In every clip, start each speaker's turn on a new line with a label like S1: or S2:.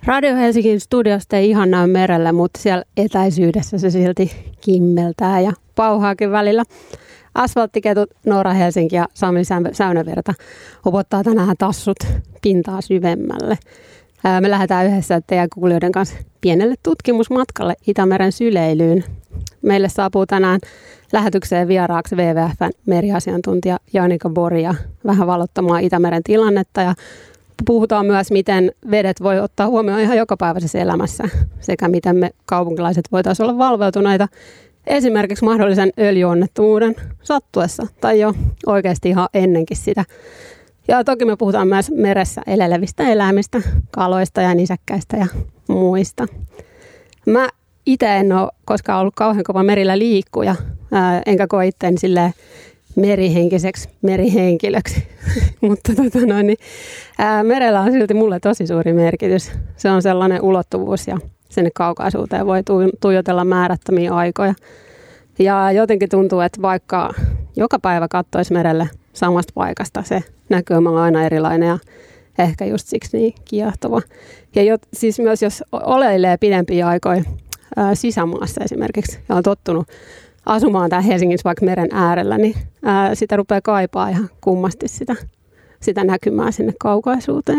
S1: Radio Helsingin studiosta ei ihan näy merellä, mutta siellä etäisyydessä se silti kimmeltää ja pauhaakin välillä. Asfalttiketut, Noora Helsinki ja Sami Säynävirta upottaa tänään tassut pintaa syvemmälle. Me lähdetään yhdessä teidän kuulijoiden kanssa pienelle tutkimusmatkalle Itämeren syleilyyn. Meille saapuu tänään lähetykseen vieraaksi WWF:n meriasiantuntija Janika Boria vähän valottamaan Itämeren tilannetta ja puhutaan myös, miten vedet voi ottaa huomioon ihan jokapäiväisessä elämässä sekä miten me kaupunkilaiset voitaisiin olla valveutuneita esimerkiksi mahdollisen öljyonnettomuuden sattuessa tai jo oikeasti ihan ennenkin sitä. Ja toki me puhutaan myös meressä elelevistä eläimistä, kaloista ja nisäkkäistä ja muista. Mä itse en ole koskaan ollut kauhean kova merillä liikkuja, enkä koe itseäni silleen merihenkiseksi merihenkilöksi, mutta merellä on silti mulle tosi suuri merkitys. Se on sellainen ulottuvuus ja sinne kaukaisuuteen voi tuijotella määrättömiä aikoja. Ja jotenkin tuntuu, että vaikka joka päivä katsoisi merelle samasta paikasta, se näkymä on aina erilainen ja ehkä just siksi niin kiehtova. Ja siis myös jos oleilee pidempiä aikoja sisämaassa esimerkiksi ja on tottunut asumaan täällä Helsingissä vaikka meren äärellä, niin sitä rupeaa kaipaa ihan kummasti sitä näkymää sinne kaukaisuuteen.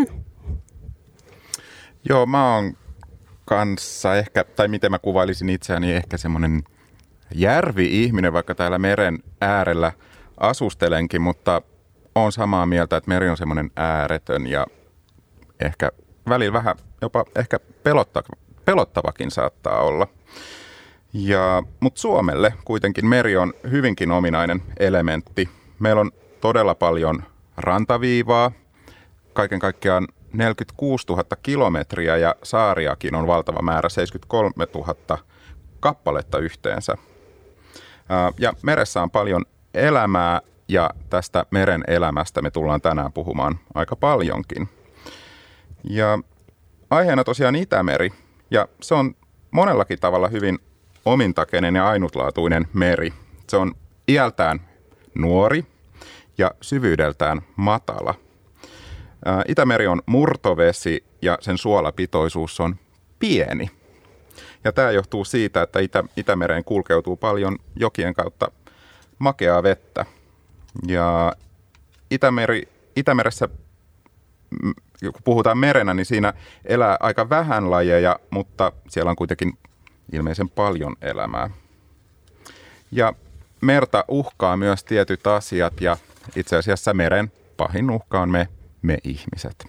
S2: Joo, mä oon kanssa ehkä, tai miten mä kuvailisin itseäni, ehkä semmoinen järvi-ihminen, vaikka täällä meren äärellä asustelenkin, mutta oon samaa mieltä, että meri on semmoinen ääretön ja ehkä välillä vähän jopa ehkä pelottavakin saattaa olla. Mutta Suomelle kuitenkin meri on hyvinkin ominainen elementti. Meillä on todella paljon rantaviivaa, kaiken kaikkiaan 46 000 kilometriä ja saariakin on valtava määrä, 73 000 kappaletta yhteensä. Ja meressä on paljon elämää ja tästä meren elämästä me tullaan tänään puhumaan aika paljonkin. Ja aiheena tosiaan Itämeri ja se on monellakin tavalla hyvin omintakeinen ja ainutlaatuinen meri. Se on iältään nuori ja syvyydeltään matala. Itämeri on murtovesi ja sen suolapitoisuus on pieni. Ja tämä johtuu siitä, että Itämereen kulkeutuu paljon jokien kautta makeaa vettä. Ja Itämeressä, kun puhutaan merenä, niin siinä elää aika vähän lajeja, mutta siellä on kuitenkin ilmeisen paljon elämää. Ja merta uhkaa myös tietyt asiat ja itse asiassa meren pahin uhka on me ihmiset.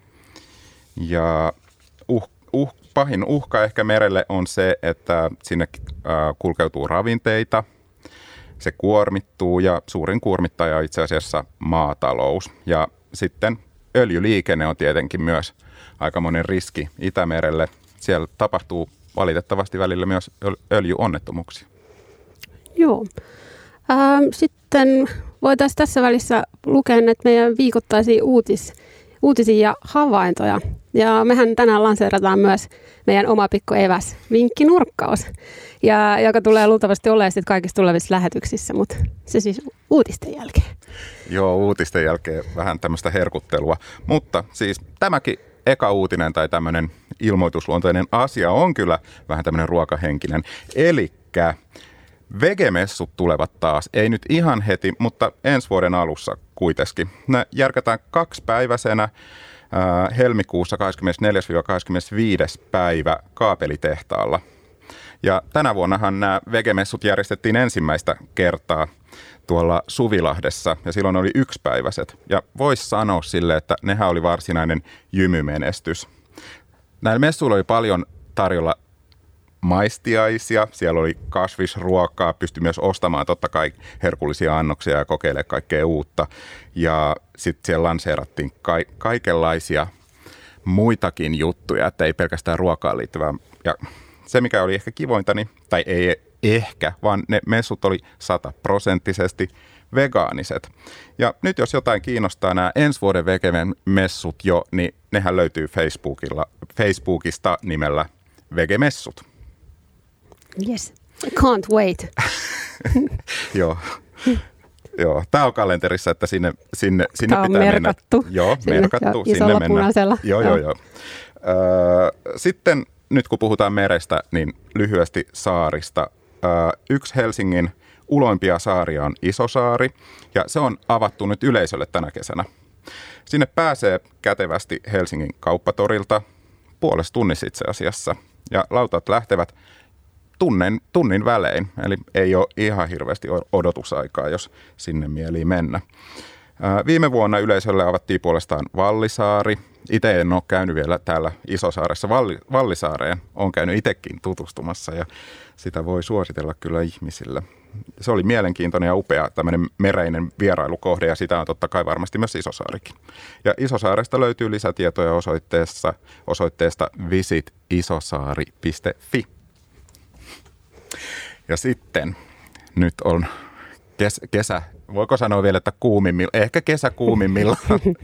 S2: Ja pahin uhka ehkä merelle on se, että sinne kulkeutuu ravinteita, se kuormittuu ja suurin kuormittaja on itse asiassa maatalous. Ja sitten öljyliikenne on tietenkin myös aikamoinen riski Itämerelle. Siellä tapahtuu valitettavasti välillä myös öljyonnettomuuksia.
S1: Joo. Sitten voitaisiin tässä välissä lukea että meidän viikoittaisia uutisia ja havaintoja. Ja mehän tänään lanseerataan myös meidän oma pikku eväs vinkkinurkkaus, joka tulee luultavasti olemaan sitten kaikissa tulevissa lähetyksissä, mutta se siis uutisten jälkeen.
S2: Joo, uutisten jälkeen vähän tämmöistä herkuttelua, mutta siis tämäkin eka uutinen tai tämmöinen ilmoitusluontoinen asia on kyllä vähän tämmöinen ruokahenkinen. Elikkä vegemessut tulevat taas, ei nyt ihan heti, mutta ensi vuoden alussa kuitenkin. Ne järkätään 2-päiväisenä helmikuussa 24-25. päivä Kaapelitehtaalla. Ja tänä vuonnahan nämä vegemessut järjestettiin ensimmäistä kertaa tuolla Suvilahdessa ja silloin oli 1-päiväiset. Ja voisi sanoa sille, että nehän oli varsinainen jymymenestys. Näillä messuilla oli paljon tarjolla maistiaisia, siellä oli kasvisruokaa, pystyi myös ostamaan totta kai herkullisia annoksia ja kokeilemaan kaikkea uutta. Ja sitten siellä lanseerattiin kaikenlaisia muitakin juttuja, että ei pelkästään ruokaan liittyvää. Ja se, mikä oli ehkä kivointa, tai ei ehkä, vaan ne messut oli 100% vegaaniset. Ja nyt jos jotain kiinnostaa nämä ensi vuoden vegemessut jo, niin nehän löytyy Facebookista nimellä Vegemessut.
S1: Yes, can't wait.
S2: Joo. Tämä on kalenterissa, että sinne
S1: pitää
S2: merkattu.
S1: Mennä.
S2: Joo, merkattu.
S1: Isolla punaisella.
S2: Joo. Sitten nyt kun puhutaan merestä, niin lyhyesti saarista. Yksi Helsingin uloimpia saaria on Isosaari, ja se on avattu nyt yleisölle tänä kesänä. Sinne pääsee kätevästi Helsingin kauppatorilta puolessa tunnissa itse asiassa, ja lautat lähtevät tunnin välein, eli ei ole ihan hirveästi odotusaikaa, jos sinne mieliin mennä. Viime vuonna yleisölle avattiin puolestaan Vallisaari. Itse en ole käynyt vielä täällä Isosaaressa Vallisaareen. Olen käynyt itsekin tutustumassa ja sitä voi suositella kyllä ihmisille. Se oli mielenkiintoinen ja upea tämmöinen mereinen vierailukohde ja sitä on totta kai varmasti myös Isosaarikin. Ja Isosaaresta löytyy lisätietoja osoitteesta visitisosaari.fi. Ja sitten nyt on kesä. Voiko sanoa vielä, että ehkä kesäkuumimmillaan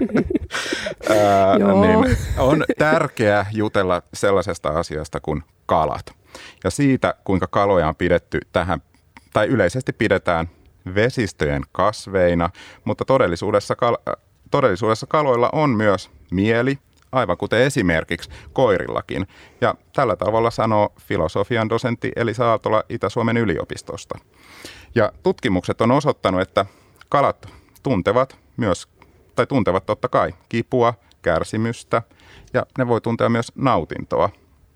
S2: niin on tärkeää jutella sellaisesta asiasta kuin kalat. Ja siitä, kuinka kaloja on pidetty tähän, tai yleisesti pidetään vesistöjen kasveina, mutta todellisuudessa kaloilla on myös mieli, aivan kuten esimerkiksi koirillakin. Ja tällä tavalla sanoo filosofian dosentti Elisa Aaltola Itä-Suomen yliopistosta. Ja tutkimukset on osoittanut, että kalat tuntevat totta kai kipua, kärsimystä ja ne voi tuntea myös nautintoa.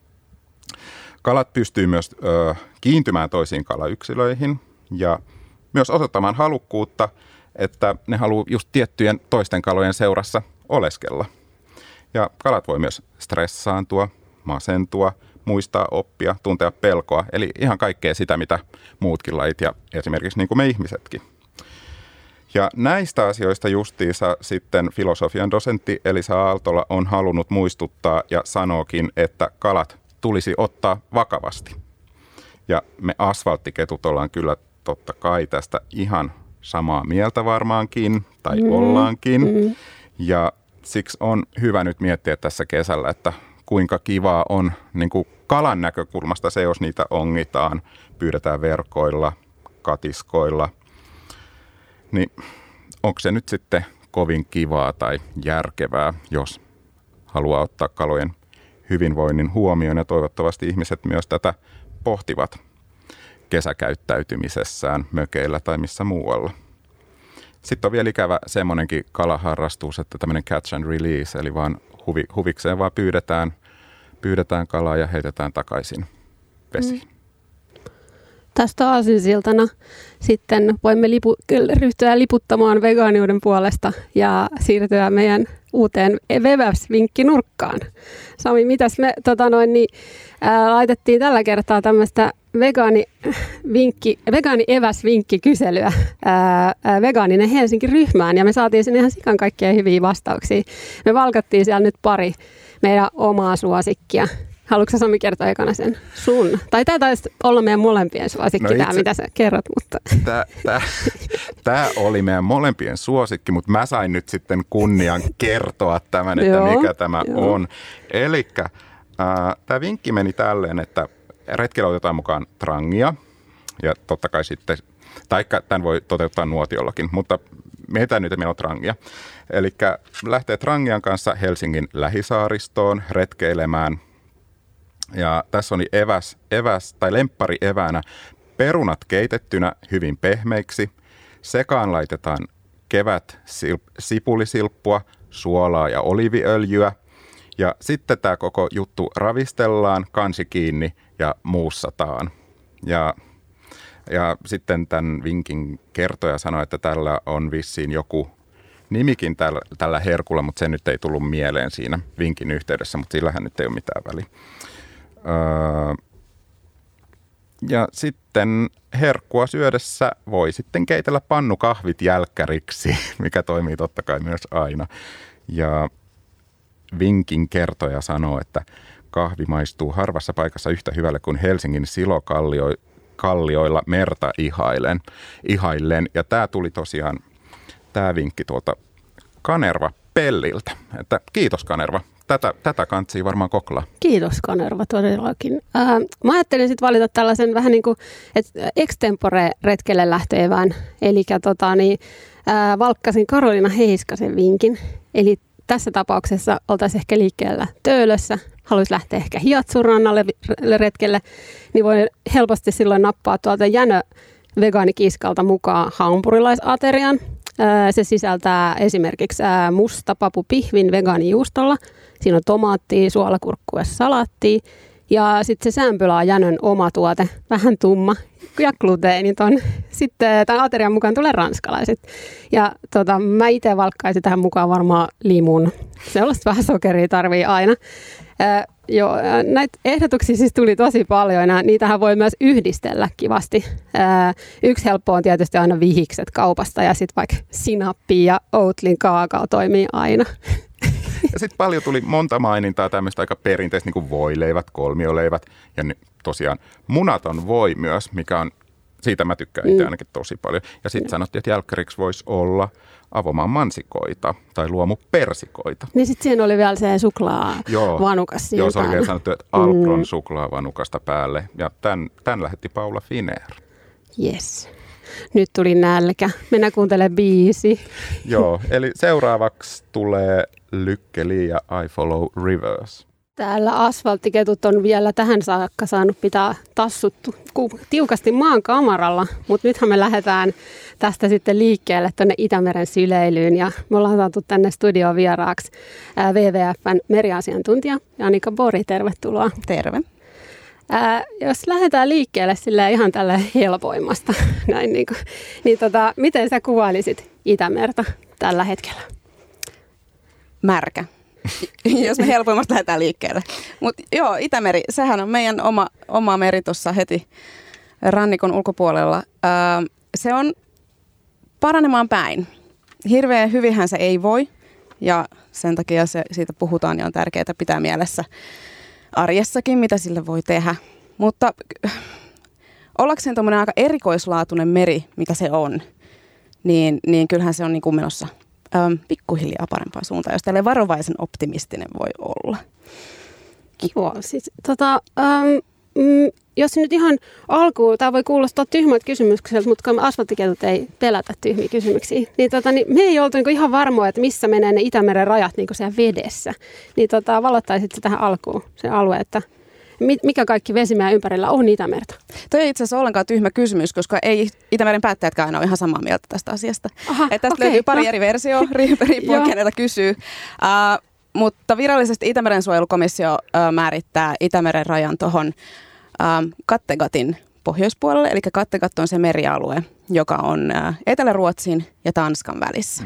S2: Kalat pystyy myös kiintymään toisiin kalayksilöihin ja myös osoittamaan halukkuutta, että ne haluaa just tiettyjen toisten kalojen seurassa oleskella. Ja kalat voi myös stressaantua, masentua, muistaa oppia, tuntea pelkoa, eli ihan kaikkea sitä, mitä muutkin lajit ja esimerkiksi niin kuin me ihmisetkin. Ja näistä asioista justiinsa sitten filosofian dosentti Elisa Aaltola on halunnut muistuttaa ja sanookin, että kalat tulisi ottaa vakavasti. Ja me asfalttiketut ollaan kyllä totta kai tästä ihan samaa mieltä varmaankin, tai ollaankin. Ja siksi on hyvä nyt miettiä tässä kesällä, että kuinka kivaa on niin kuin kalan näkökulmasta se, jos niitä ongitaan, pyydetään verkoilla, katiskoilla. Niin onko se nyt sitten kovin kivaa tai järkevää, jos haluaa ottaa kalojen hyvinvoinnin huomioon ja toivottavasti ihmiset myös tätä pohtivat kesäkäyttäytymisessään mökeillä tai missä muualla. Sitten on vielä ikävä semmoinenkin kalaharrastus, että tämmöinen catch and release, eli vaan huvikseen vaan pyydetään kalaa ja heitetään takaisin vesiin.
S1: Tästä aasinsiltana sitten voimme ryhtyä liputtamaan vegaaniuden puolesta ja siirtyä meidän uuteen veväsvinkkinurkkaan. Sami, mitäs me laitettiin tällä kertaa tämmöistä vegaani-eväsvinkkikyselyä Vegaaninen Helsinki-ryhmään ja me saatiin sinne ihan sikan kaikkia hyviä vastauksia. Me valkattiin siellä nyt pari meidän omaa suosikkia. Haluatko Sami kertoa ekana sen sun? Tai tämä taisi olla meidän molempien suosikki, mitä sä kerrot. Mutta.
S2: Tämä oli meidän molempien suosikki, mutta mä sain nyt sitten kunnian kertoa tämän, että mikä tämä on. Elikkä tämä vinkki meni tälleen, että retkellä otetaan mukaan trangia. Ja totta kai sitten, taikka tämän voi toteuttaa nuotiollakin, mutta mietitään nyt, että meillä on trangia. Elikkä lähtee trangian kanssa Helsingin lähisaaristoon retkeilemään. Ja tässä oli eväs tai lemppari eväänä perunat keitettynä hyvin pehmeiksi. Sekaan laitetaan sipulisilppua, suolaa ja oliiviöljyä. Ja sitten tämä koko juttu ravistellaan, kansi kiinni ja muussataan. Ja sitten tämän vinkin kertoja sanoi, että tällä on vissiin joku nimikin tällä herkulla, mutta se nyt ei tullut mieleen siinä vinkin yhteydessä, mutta sillähän nyt ei ole mitään väliä. Ja sitten herkkua syödessä voi sitten keitellä pannukahvit jälkkäriksi, mikä toimii totta kai myös aina. Ja vinkin kertoja sanoo, että kahvi maistuu harvassa paikassa yhtä hyvälle kuin Helsingin silokallioilla merta ihaillen. Ja tämä tuli tosiaan, tämä vinkki tuolta Kanerva Pelliltä. Että kiitos Kanerva. Tätä kantsii varmaan koklaa. Kiitos
S1: Kanerva, todellakin. Mä ajattelin sitten valita tällaisen vähän niin kuin extempore retkelle lähteevän. Eli valkkasin Karoliina Heiskasen vinkin. Eli tässä tapauksessa oltaisiin ehkä liikkeellä Töölössä haluaisi lähteä ehkä Hiatsun rannalle retkelle, niin voi helposti silloin nappaa tuolta Jänö vegaanikiskalta mukaan hampurilaisaterian. Se sisältää esimerkiksi mustapapupihvin vegaanijuustolla. Siinä on tomaattia, suolakurkkua ja salaattia. Ja sitten se sämpylä on Jänön oma tuote, vähän tumma ja gluteeniton. Sitten tämän aterian mukaan tulee ranskalaiset. Ja mä itse valkkaisin tähän mukaan varmaan limun. Sellaista vähän sokeria tarvii aina. Näitä ehdotuksia siis tuli tosi paljon ja niitähän voi myös yhdistellä kivasti. Yksi helppo on tietysti aina vihikset kaupasta ja sitten vaikka sinappi ja Oatlyn kaakao toimii aina.
S2: Ja sitten paljon tuli monta mainintaa tämmöistä aika perinteistä, niin kuin voileivät, kolmioleivät ja tosiaan munaton voi myös, mikä on, siitä mä tykkään itse ainakin tosi paljon. Ja sitten sanottiin, että jälkkäriksi voisi olla avomaan mansikoita tai luomupersikoita.
S1: Niin sitten siinä oli vielä se suklaavanukas siinä.
S2: Joo, se oli vielä sanottu, että Alpron suklaavanukasta päälle. Ja tämän lähetti Paula Finer.
S1: Yes. Nyt tuli nälkä. Mennään kuuntelemaan biisi.
S2: Joo, eli seuraavaksi tulee Lykke Li ja I Follow Rivers.
S1: Täällä asfalttiketut on vielä tähän saakka saanut pitää tassut tiukasti maan kamaralla, mutta nythän me lähdetään tästä sitten liikkeelle tuonne Itämeren syleilyyn ja me ollaan saatu tänne studioon vieraaksi WWF:n meriasiantuntija Janika Bori, tervetuloa.
S3: Terve.
S1: Jos lähdetään liikkeelle silleen ihan tällä helpoimmasta, näin niin miten sä kuvailisit Itämerta tällä hetkellä?
S3: Märkä. Jos me helpoimmasta lähdetään liikkeelle. Mutta joo, Itämeri, sehän on meidän oma meri tuossa heti rannikon ulkopuolella. Se on paranemaan päin. Hirveän hyvinhän se ei voi ja sen takia siitä puhutaan ja on tärkeää pitää mielessä arjessakin, mitä sille voi tehdä. Mutta ollakseen tuommoinen aika erikoislaatuinen meri, mikä se on, niin kyllähän se on niin kuin menossa pikkuhiljaa parempaan suuntaan, jos tälle varovaisen optimistinen voi olla.
S1: Kiva. Siis, jos nyt ihan alkuun, tämä voi kuulostaa tyhmältä kysymykseltä, mutta kun asfalttiketut ei pelätä tyhmiä kysymyksiä, niin, me ei oltu niin ihan varmoja, että missä menee ne Itämeren rajat niin siellä vedessä. Niin valottaisit tähän alkuun se alue, että mikä kaikki vesi meidän ympärillä on Itämerta?
S3: Toi ei itse asiassa ollenkaan tyhmä kysymys, koska ei Itämeren päättäjätkään aina ole ihan samaa mieltä tästä asiasta. Tästä löytyy pari eri versioa, riippuen keneltä kysyy. Mutta virallisesti Itämeren suojelukomissio määrittää Itämeren rajan tuohon Kattegatin pohjoispuolelle. Eli Kattegat on se merialue, joka on Etelä-Ruotsin ja Tanskan välissä.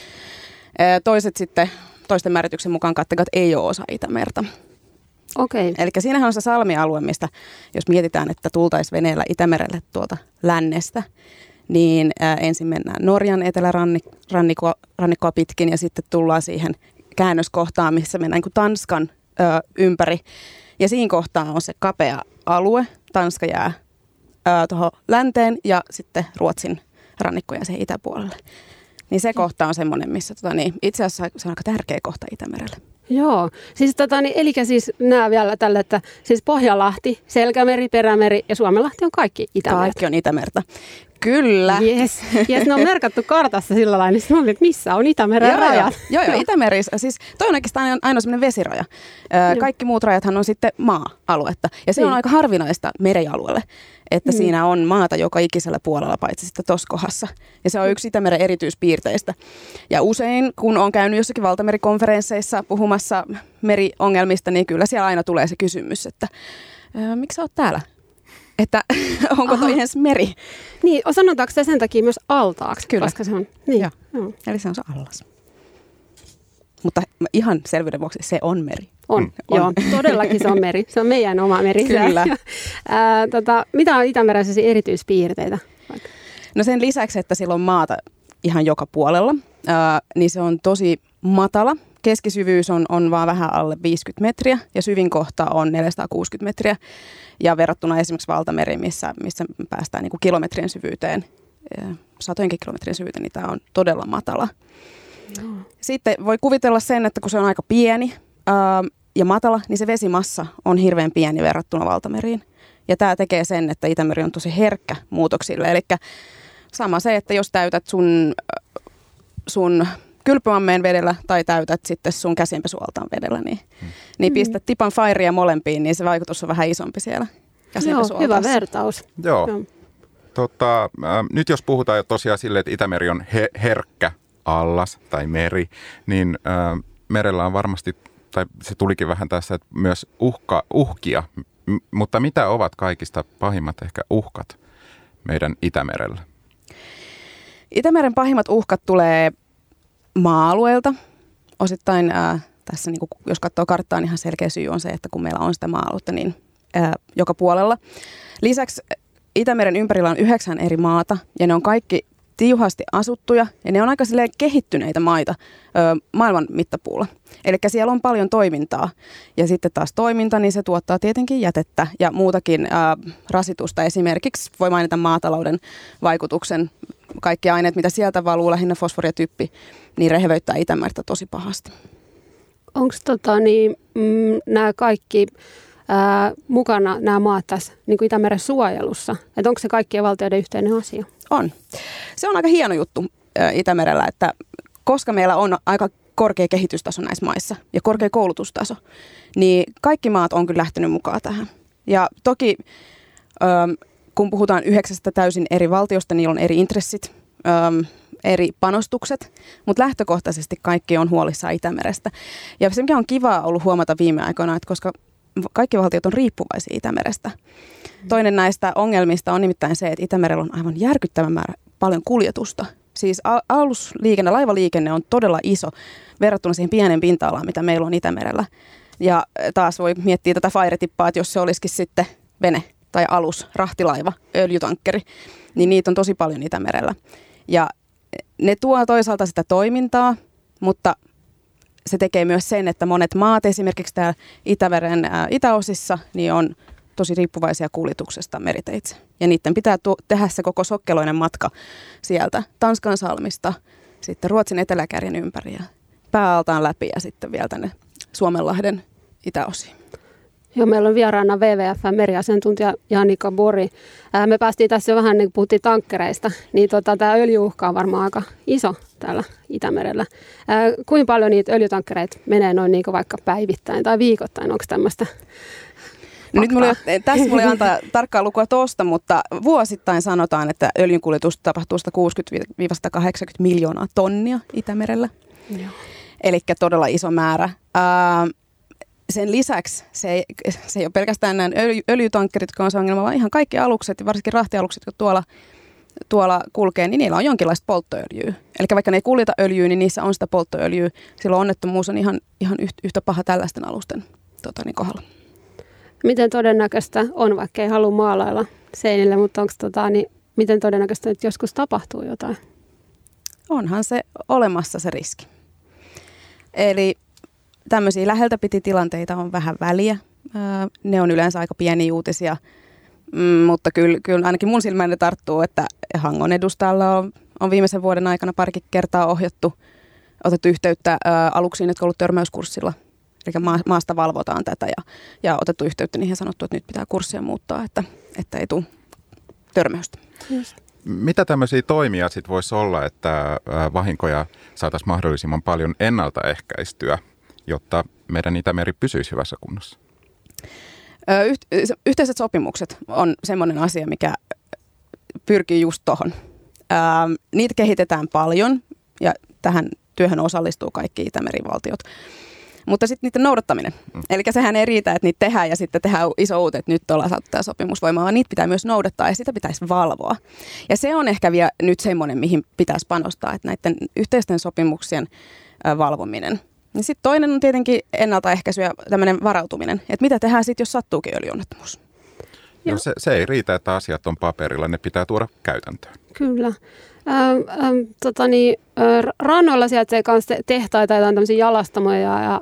S3: Toisten määrityksen mukaan Kattegat ei ole osa Itämerta.
S1: Okei.
S3: Eli siinähän on se salmialue, mistä jos mietitään, että tultaisiin veneellä Itämerelle tuolta lännestä, niin ensin mennään Norjan etelärannikkoa pitkin ja sitten tullaan siihen käännöskohtaan, missä mennään niin kuin Tanskan ympäri. Ja siinä kohtaa on se kapea alue. Tanska jää tuohon länteen ja sitten Ruotsin rannikko jää siihen itäpuolelle. Niin se kohta on semmoinen, missä itse asiassa se on aika tärkeä kohta Itämerelle.
S1: Joo, siis eli siis nämä vielä tälle, että siis Pohjanlahti, Selkämeri, Perämeri ja Suomenlahti on kaikki Itämerta.
S3: Kaikki on Itämerta. Kyllä.
S1: Yes, ne on merkattu kartassa sillä lailla, niin että missä on Itämeren rajat.
S3: Joo, Itämeri, siis toi on oikeastaan ainoa semmoinen vesiraja. Kaikki muut rajathan on sitten maa-aluetta. Ja se on aika harvinaista merialueelle, että siinä on maata joka ikisellä puolella, paitsi sitten tuossa kohdassa. Ja se on yksi Itämeren erityispiirteistä. Ja usein, kun on käynyt jossakin valtamerikonferensseissa puhumassa meriongelmista, niin kyllä siellä aina tulee se kysymys, että miksi sä oot täällä? Että onko toi edes meri?
S1: Niin, sanotaanko se sen takia myös altaaksi?
S3: Kyllä.
S1: Koska se on, niin.
S3: Joo. Eli se on se allas. Mutta ihan selvyyden vuoksi se on meri.
S1: On. Joo, todellakin se on meri. Se on meidän oma meri.
S3: Kyllä.
S1: Mitä on Itämeren erityispiirteitä?
S3: No sen lisäksi, että sillä on maata ihan joka puolella, niin se on tosi matala. Keskisyvyys on vaan vähän alle 50 metriä ja syvin kohta on 460 metriä. Ja verrattuna esimerkiksi valtameriin, missä päästään niin kuin kilometrien syvyyteen, satojenkin kilometrien syvyyteen, niin tämä on todella matala. Joo. Sitten voi kuvitella sen, että kun se on aika pieni ja matala, niin se vesimassa on hirveän pieni verrattuna valtameriin. Ja tämä tekee sen, että Itämeri on tosi herkkä muutoksille. Eli sama se, että jos täytät sun kylpyammeen vedellä tai täytät sitten sun käsienpesualtaan vedellä, niin pistät tipan fairia molempiin, niin se vaikutus on vähän isompi siellä käsienpesualtaassa.
S1: Joo, hyvä vertaus.
S2: Joo. Nyt jos puhutaan jo tosiaan silleen, että Itämeri on herkkä allas tai meri, niin merellä on varmasti, tai se tulikin vähän tässä, että myös uhkia, mutta mitä ovat kaikista pahimmat ehkä uhkat meidän Itämerellä?
S3: Itämeren pahimmat uhkat tulee maa-alueelta. Osittain tässä, niin jos katsoo karttaa, niin ihan selkeä syy on se, että kun meillä on sitä maa-aluetta, niin joka puolella. Lisäksi Itämeren ympärillä on 9 eri maata, ja ne on kaikki tiuhasti asuttuja, ja ne on aika silleen kehittyneitä maita maailman mittapuulla. Eli siellä on paljon toimintaa, ja sitten taas toiminta, niin se tuottaa tietenkin jätettä ja muutakin rasitusta. Esimerkiksi voi mainita maatalouden vaikutuksen. Kaikki aineet, mitä sieltä valuu, lähinnä fosfori ja typpi, niin rehevöittää Itämerta tosi pahasti.
S1: Onko nämä kaikki mukana nämä maat tässä niin kuin Itämeren suojelussa? Että onko se kaikkien valtioiden yhteinen asia?
S3: On. Se on aika hieno juttu Itämerellä, että koska meillä on aika korkea kehitystaso näissä maissa ja korkea koulutustaso, niin kaikki maat on kyllä lähtenyt mukaan tähän. Ja toki kun puhutaan 9 täysin eri valtiosta, niillä on eri intressit, eri panostukset, mutta lähtökohtaisesti kaikki on huolissaan Itämerestä. Ja se, mikä on kivaa ollut huomata viime aikoina, että koska kaikki valtiot on riippuvaisia Itämerestä. Toinen näistä ongelmista on nimittäin se, että Itämerellä on aivan järkyttävän määrä paljon kuljetusta. Siis alusliikenne, laivaliikenne on todella iso verrattuna siihen pienen pinta-alaan, mitä meillä on Itämerellä. Ja taas voi miettiä tätä fairetippaa, että jos se olisikin sitten vene tai alus, rahtilaiva, öljytankkeri, niin niitä on tosi paljon Itämerellä. Ja ne tuo toisaalta sitä toimintaa, mutta se tekee myös sen, että monet maat, esimerkiksi täällä Itämeren itäosissa, niin on tosi riippuvaisia kuljetuksesta meriteitse. Ja niiden pitää tehdä se koko sokkeloinen matka sieltä Tanskansalmista, sitten Ruotsin eteläkärjen ympäri ja pääaltaan läpi ja sitten vielä tänne Suomenlahden itäosiin.
S1: Joo, meillä on vieraana WWF-meriasiantuntija Janika Bori. Me päästiin tässä jo vähän, niin puhuttiin tankkereista, niin tämä öljyuhka on varmaan aika iso täällä Itämerellä. Kuinka paljon niitä öljytankkereita menee noin niin vaikka päivittäin tai viikoittain? Onko tämmöistä?
S3: Nyt tässä mulla ei antaa tarkkaa lukua tuosta, mutta vuosittain sanotaan, että öljynkuljetus tapahtuu 160-180 miljoonaa tonnia Itämerellä. Eli todella iso määrä. Sen lisäksi se ei ole pelkästään nämä öljytankkerit, jotka on se ongelma, vaan ihan kaikki alukset ja varsinkin rahtialukset, jotka tuolla kulkee, niin niillä on jonkinlaista polttoöljyä. Eli vaikka ne ei kuljeta öljyä, niin niissä on sitä polttoöljyä. Silloin onnettomuus on ihan yhtä paha tällaisten alusten kohdalla.
S1: Miten todennäköistä on, vaikka ei halua maalailla seinille, mutta onko niin miten todennäköistä, että joskus tapahtuu jotain?
S3: Onhan se olemassa se riski. Eli tämmöisiä läheltä piti tilanteita on vähän väliä. Ne on yleensä aika pieniä uutisia, mutta kyllä ainakin mun silmään ne tarttuu, että Hangon edustalla on viimeisen vuoden aikana parikin kertaa otettu yhteyttä aluksiin, jotka on ollut törmäyskurssilla. Eli maasta valvotaan tätä ja otettu yhteyttä niihin ja sanottu, että nyt pitää kurssia muuttaa, että ei tule törmäystä.
S1: Just.
S2: Mitä tämmöisiä toimia sitten voisi olla, että vahinkoja saataisiin mahdollisimman paljon ennaltaehkäistyä, jotta meidän Itämeri pysyisi hyvässä kunnossa?
S3: Yhteiset sopimukset on semmoinen asia, mikä pyrkii just tuohon. Niitä kehitetään paljon ja tähän työhön osallistuu kaikki Itämerivaltiot. Mutta sitten niiden noudattaminen. Eli sehän ei riitä, että niitä tehdään ja sitten tehdään iso uute, että nyt ollaan saatu tämä sopimus voimaan, vaan niitä pitää myös noudattaa ja sitä pitäisi valvoa. Ja se on ehkä vielä nyt semmoinen, mihin pitäisi panostaa, että näiden yhteisten sopimuksien valvominen. Ja sitten toinen on tietenkin ennaltaehkäisy ja tämmöinen varautuminen, että mitä tehdään sitten, jos sattuukin öljyonnettomuus.
S2: No se ei riitä, että asiat on paperilla, ne pitää tuoda käytäntöön.
S1: Kyllä. Rannoilla sijaitsee myös tehtaita, jotain tämmöisiä jalastamoja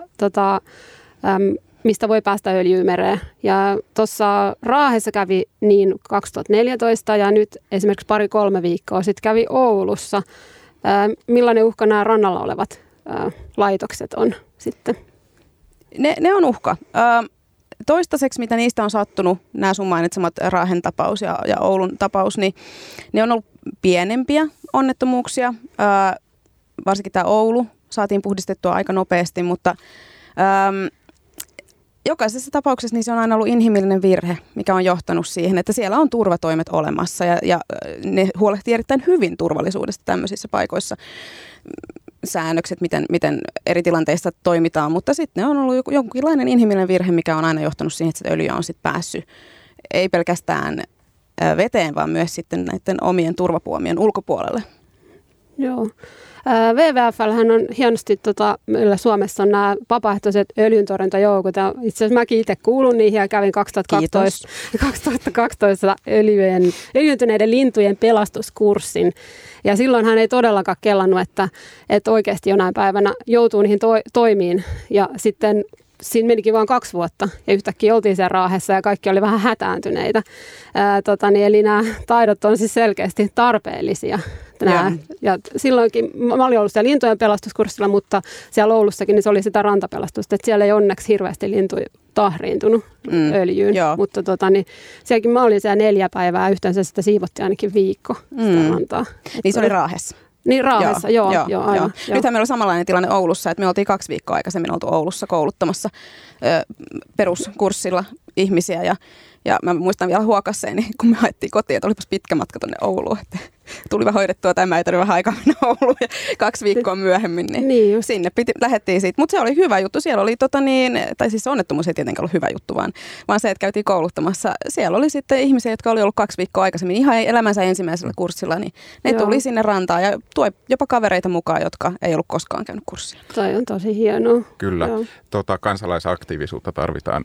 S1: mistä voi päästä öljyä mereen. Ja tuossa Raahessa kävi niin 2014 ja nyt esimerkiksi 2-3 viikkoa sitten kävi Oulussa. Millainen uhka nämä rannalla olevat laitokset on sitten?
S3: Ne on uhka. Toistaiseksi, mitä niistä on sattunut, nämä sun mainitsemat Raahen tapaus ja Oulun tapaus, niin ne on ollut pienempiä onnettomuuksia. varsinkin tämä Oulu saatiin puhdistettua aika nopeasti, mutta jokaisessa tapauksessa niin se on aina ollut inhimillinen virhe, mikä on johtanut siihen, että siellä on turvatoimet olemassa ja ne huolehtii erittäin hyvin turvallisuudesta tämmöisissä paikoissa. Säännökset, miten eri tilanteissa toimitaan, mutta sitten ne on ollut jonkinlainen inhimillinen virhe, mikä on aina johtanut siihen, että sitä öljyä on sitten päässyt ei pelkästään veteen, vaan myös sitten näiden omien turvapuomien ulkopuolelle.
S1: Joo. WWF:llähän on hienosti, meillä Suomessa on nämä vapaaehtoiset öljyntorjuntajoukot. Itse asiassa mäkin itse kuulun niihin ja kävin 2012 öljyntyneiden lintujen pelastuskurssin. Ja silloin hän ei todellakaan kellannut, että oikeasti jonain päivänä joutuu niihin toimiin. Ja sitten siinä menikin vain 2 vuotta ja yhtäkkiä oltiin siellä Raahessa ja kaikki oli vähän hätääntyneitä. Eli nämä taidot on siis selkeästi tarpeellisia. Ja silloinkin, mä olin ollut siellä lintujen pelastuskurssilla, mutta siellä Oulussakin niin se oli sitä rantapelastusta, että siellä ei onneksi hirveästi lintuja tahriintunut öljyyn. Mutta sielläkin mä olin siellä 4 päivää, yhteensä sitä siivottiin ainakin viikko sitä rantaa.
S3: Niin se oli Raahessa.
S1: Niin Raahessa, joo, aivan.
S3: Nythän meillä on samanlainen tilanne Oulussa, että me oltiin 2 viikkoa aikaisemmin oltu Oulussa kouluttamassa peruskurssilla ihmisiä ja mä muistan vielä huokasseeni, kun me haettiin kotiin, että olipas pitkä matka tuonne Ouluun, että tuli vähän hoidettua tämä, ei tarvitse vähän aikaa mennä Ouluun ja 2 viikkoa myöhemmin, niin sinne lähdettiin siitä. Mutta se oli hyvä juttu, siellä oli tai siis onnettomuus ei tietenkään ollut hyvä juttu, vaan se, että käytiin kouluttamassa. Siellä oli sitten ihmisiä, jotka oli ollut 2 viikkoa aikaisemmin ihan elämänsä ensimmäisellä kurssilla, niin ne tuli sinne rantaan ja tuo jopa kavereita mukaan, jotka ei ollut koskaan käynyt kurssia.
S1: Toi on tosi hienoa.
S2: Kyllä, kansalaisaktiivisuutta tarvitaan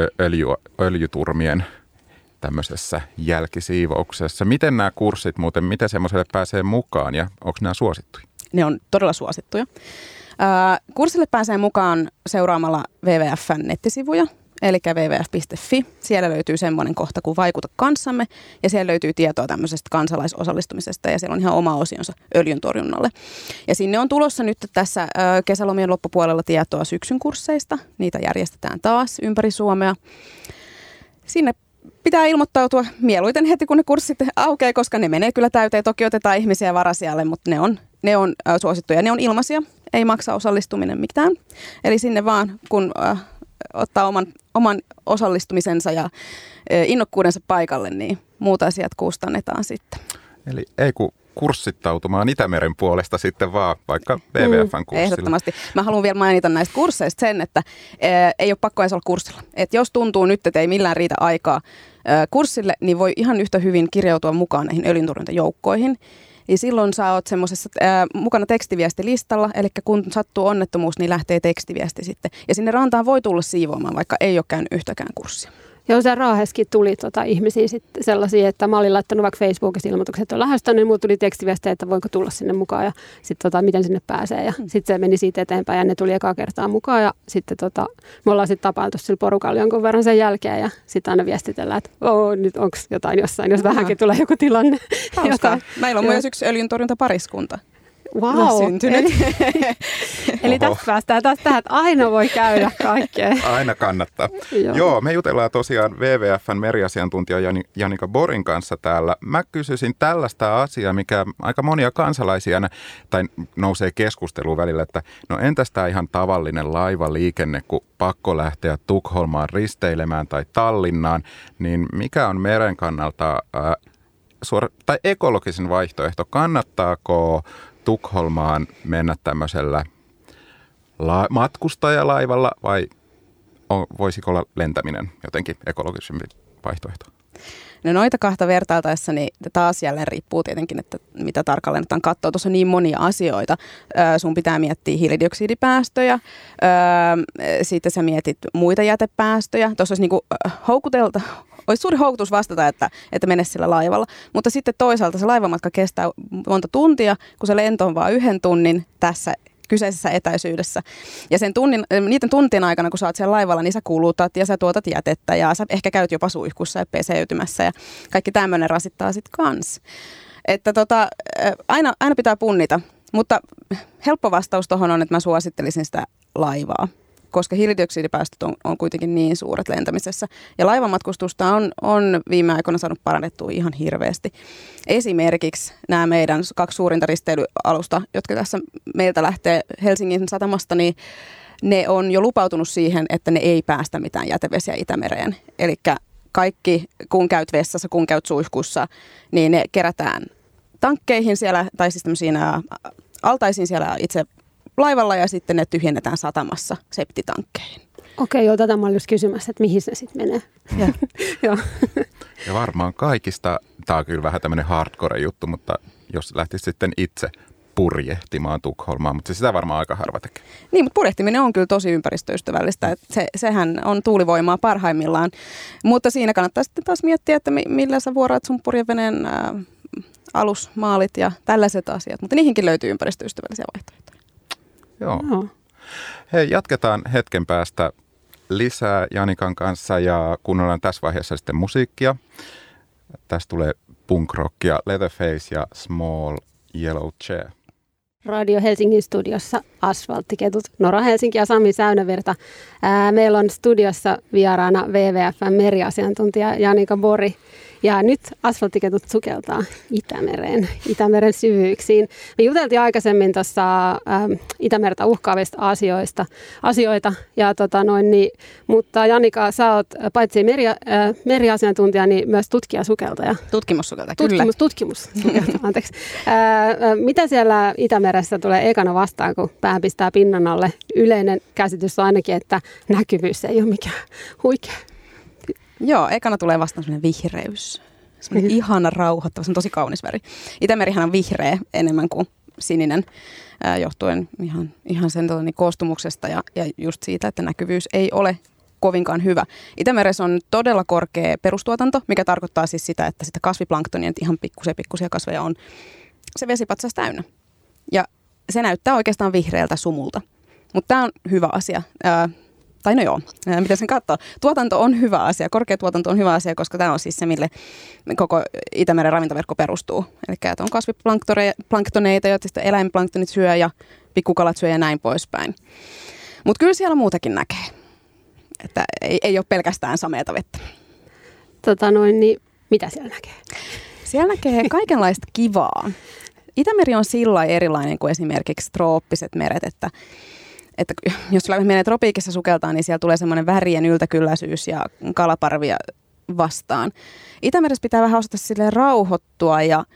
S2: öljyturmien tämmöisessä jälkisiivouksessa. Miten nämä kurssit muuten, miten semmoiselle pääsee mukaan ja onko nämä suosittuja?
S3: Ne on todella suosittuja. Kurssille pääsee mukaan seuraamalla WWF:n nettisivuja, eli wwf.fi. Siellä löytyy semmoinen kohta kuin Vaikuta kanssamme ja siellä löytyy tietoa tämmöisestä kansalaisosallistumisesta ja siellä on ihan oma osionsa öljyntorjunnalle. Ja sinne on tulossa nyt tässä kesälomien loppupuolella tietoa syksyn kursseista. Niitä järjestetään taas ympäri Suomea. Sinne pitää ilmoittautua mieluiten heti, kun ne kurssit aukeaa, koska ne menee kyllä täyteen. Toki otetaan ihmisiä varasijalle, mutta ne on suosittuja. Ne on ilmaisia, ei maksa osallistuminen mitään. Eli sinne vaan, kun ottaa oman osallistumisensa ja innokkuudensa paikalle, niin muut asiat kustannetaan sitten.
S2: Eli ei kun kurssittautumaan Itämeren puolesta sitten vaan vaikka WWF:n kurssilla.
S3: Ehdottomasti. Mä haluan vielä mainita näistä kursseista sen, että ei ole pakko edes olla kurssilla. Et jos tuntuu nyt, että ei millään riitä aikaa kurssille, niin voi ihan yhtä hyvin kirjautua mukaan näihin öljyntorjuntajoukkoihin. Ja silloin sä oot semmoisessa mukana tekstiviestilistalla, eli kun sattuu onnettomuus, niin lähtee tekstiviesti sitten. Ja sinne rantaan voi tulla siivoamaan, vaikka ei ole käynyt yhtäkään kurssia.
S1: Joo, se Raaheskin tuli ihmisiä sitten sellaisia, että mä olin laittanut vaikka Facebookissa ilmoitukset, että on lähdöstä, niin mulla tuli tekstiviestejä, että voinko tulla sinne mukaan ja sitten miten sinne pääsee. Ja sitten se meni siitä eteenpäin ja ne tuli ekaa kertaa mukaan ja sitten me ollaan sitten tapailtu sillä porukalla jonkun verran sen jälkeen ja sitten aina viestitellään, että nyt onko jotain jossain, jos vähänkin tulee joku tilanne.
S3: Meillä on myös yksi öljyntorjuntapariskunta.
S1: Wow. Eli tästä päästään taas tähän, että aina voi käydä kaikkea.
S2: Aina kannattaa. Joo, me jutellaan tosiaan WWF:n meriasiantuntija Janika Borin kanssa täällä. Mä kysyisin tällaista asiaa, mikä aika monia kansalaisia nousee keskusteluun välillä, että no entäs tämä ihan tavallinen laivaliikenne, kun pakko lähteä Tukholmaan risteilemään tai Tallinnaan, niin mikä on meren kannalta tai ekologisin vaihtoehto? Kannattaako Tukholmaan mennä tämmöisellä matkustajalaivalla vai voisiko olla lentäminen jotenkin ekologisempi vaihtoehto?
S3: No noita kahta vertailtaessa, niin taas jälleen riippuu tietenkin, että mitä tarkalleen otetaan katsoa. Tuossa on niin monia asioita. Sun pitää miettiä hiilidioksidipäästöjä, sitten sä mietit muita jätepäästöjä. Tuossa olisi niinku olisi suuri houkutus vastata, että mene sillä laivalla. Mutta sitten toisaalta se laivamatka kestää monta tuntia, kun se lento on vain 1 tunnin tässä kyseisessä etäisyydessä. Ja niiden tuntien aikana, kun sä oot siellä laivalla, niin sä kulutat ja sä tuotat jätettä ja sä ehkä käyt jopa suihkussa ja peseytymässä ja kaikki tämmöinen rasittaa sit kans. Että aina pitää punnita, mutta helppo vastaus tohon on, että mä suosittelisin sitä laivaa, koska hiilidioksidipäästöt on kuitenkin niin suuret lentämisessä. Ja laivamatkustusta on viime aikoina saanut parannettua ihan hirveästi. Esimerkiksi nämä meidän 2 suurinta risteilyalusta, jotka tässä meiltä lähtee Helsingin satamasta, niin ne on jo lupautunut siihen, että ne ei päästä mitään jätevesiä Itämereen. Eli kaikki, kun käyt vessassa, kun käyt suihkussa, niin ne kerätään tankkeihin siellä, tai siis tämmöisiin altaisiin siellä itse laivalla, ja sitten ne tyhjennetään satamassa septitankkeihin.
S1: Okei, joo, tätä mä olin just kysymässä, että mihin se sitten menee. Joo.
S2: Ja varmaan kaikista, tämä on kyllä vähän tämmöinen hardcore juttu, mutta jos lähtisi sitten itse purjehtimaan Tukholmaan, mutta sitä varmaan aika harva tekee.
S3: Niin, mutta purjehtiminen on kyllä tosi ympäristöystävällistä. Että sehän on tuulivoimaa parhaimmillaan. Mutta siinä kannattaa sitten taas miettiä, että millä sä vuoraat sun purjeveneen alusmaalit ja tällaiset asiat. Mutta niihinkin löytyy ympäristöystävällisiä vaihtoehtoja.
S2: Joo. Hei, jatketaan hetken päästä lisää Janikan kanssa ja kuunnellaan tässä vaiheessa sitten musiikkia. Tästä tulee punk-rockia, Leatherface ja Small Yellow Chair.
S1: Radio Helsingin studiossa Asfalttiketut, Nora Helsinki ja Sami Säynävirta. Meillä on studiossa vieraana WWF:n meriasiantuntija Janika Bori. Ja nyt Asfalttiketut sukeltaa Itämeren syvyyksiin. Me juteltiin aikaisemmin tuossa Itämerta uhkaavista asioita. Ja mutta Janika, sä oot paitsi meriasiantuntija, niin myös tutkija-sukeltaja.
S3: Tutkimussukeltaja, kyllä.
S1: Tutkimussukeltaja, anteeksi. Mitä siellä Itämeressä tulee ekana vastaan, kun pää pistää pinnan alle? Yleinen käsitys on ainakin, että näkyvyys ei ole mikään huikea.
S3: Joo, ekana tulee vastaan sellainen vihreys. Sellainen ihana rauhoittava, se on tosi kaunis väri. Itämerihän on vihreä enemmän kuin sininen, johtuen ihan sen koostumuksesta ja just siitä, että näkyvyys ei ole kovinkaan hyvä. Itämeressä on todella korkea perustuotanto, mikä tarkoittaa siis sitä, että sitä kasviplanktonia, ihan pikkusia kasveja on se vesipatsas täynnä. Ja se näyttää oikeastaan vihreältä sumulta. Mutta tämä on hyvä asia. Tai no joo, miten sen katsoo. Tuotanto on hyvä asia, korkea tuotanto on hyvä asia, koska tämä on siis se, mille koko Itämeren ravintoverkko perustuu. Eli on kasviplanktoneita, joita sitten eläinplanktonit syö ja pikkukalat syö ja näin poispäin. Mutta kyllä siellä muutakin näkee, että ei ole pelkästään sameata vettä.
S1: Niin mitä siellä näkee?
S3: Siellä näkee kaikenlaista kivaa. Itämeri on sillä erilainen kuin esimerkiksi trooppiset meret, että jos menee tropiikissa sukeltaa, niin siellä tulee semmoinen värien yltäkylläisyys ja kalaparvia vastaan. Itämeressä pitää vähän osata silleen rauhoittua ja